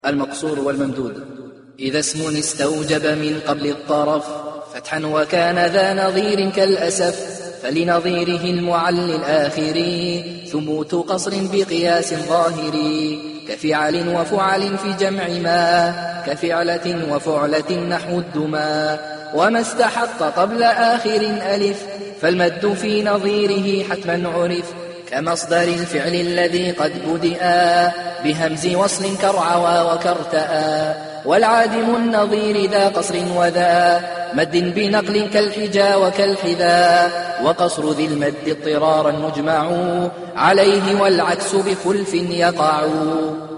المقصور والممدود. إذا اسم استوجب من قبل الطرف فتحا وكان ذا نظير كالأسف فلنظيره المعل الآخر ثبوت قصر بقياس ظاهر كفعل وفعل في جمع ما كفعلة وفعلة نحو الدما وما استحق قبل آخر ألف فالمد في نظيره حتما عرف كمصدر الفعل الذي قد بدأ بهمز وصل كرعوى وكرتأ والعادم النظير ذا قصر وذا مد بنقل كالحجا وكالحذا وقصر ذي المد اضطرارا مجمع عليه والعكس بخلف يقع.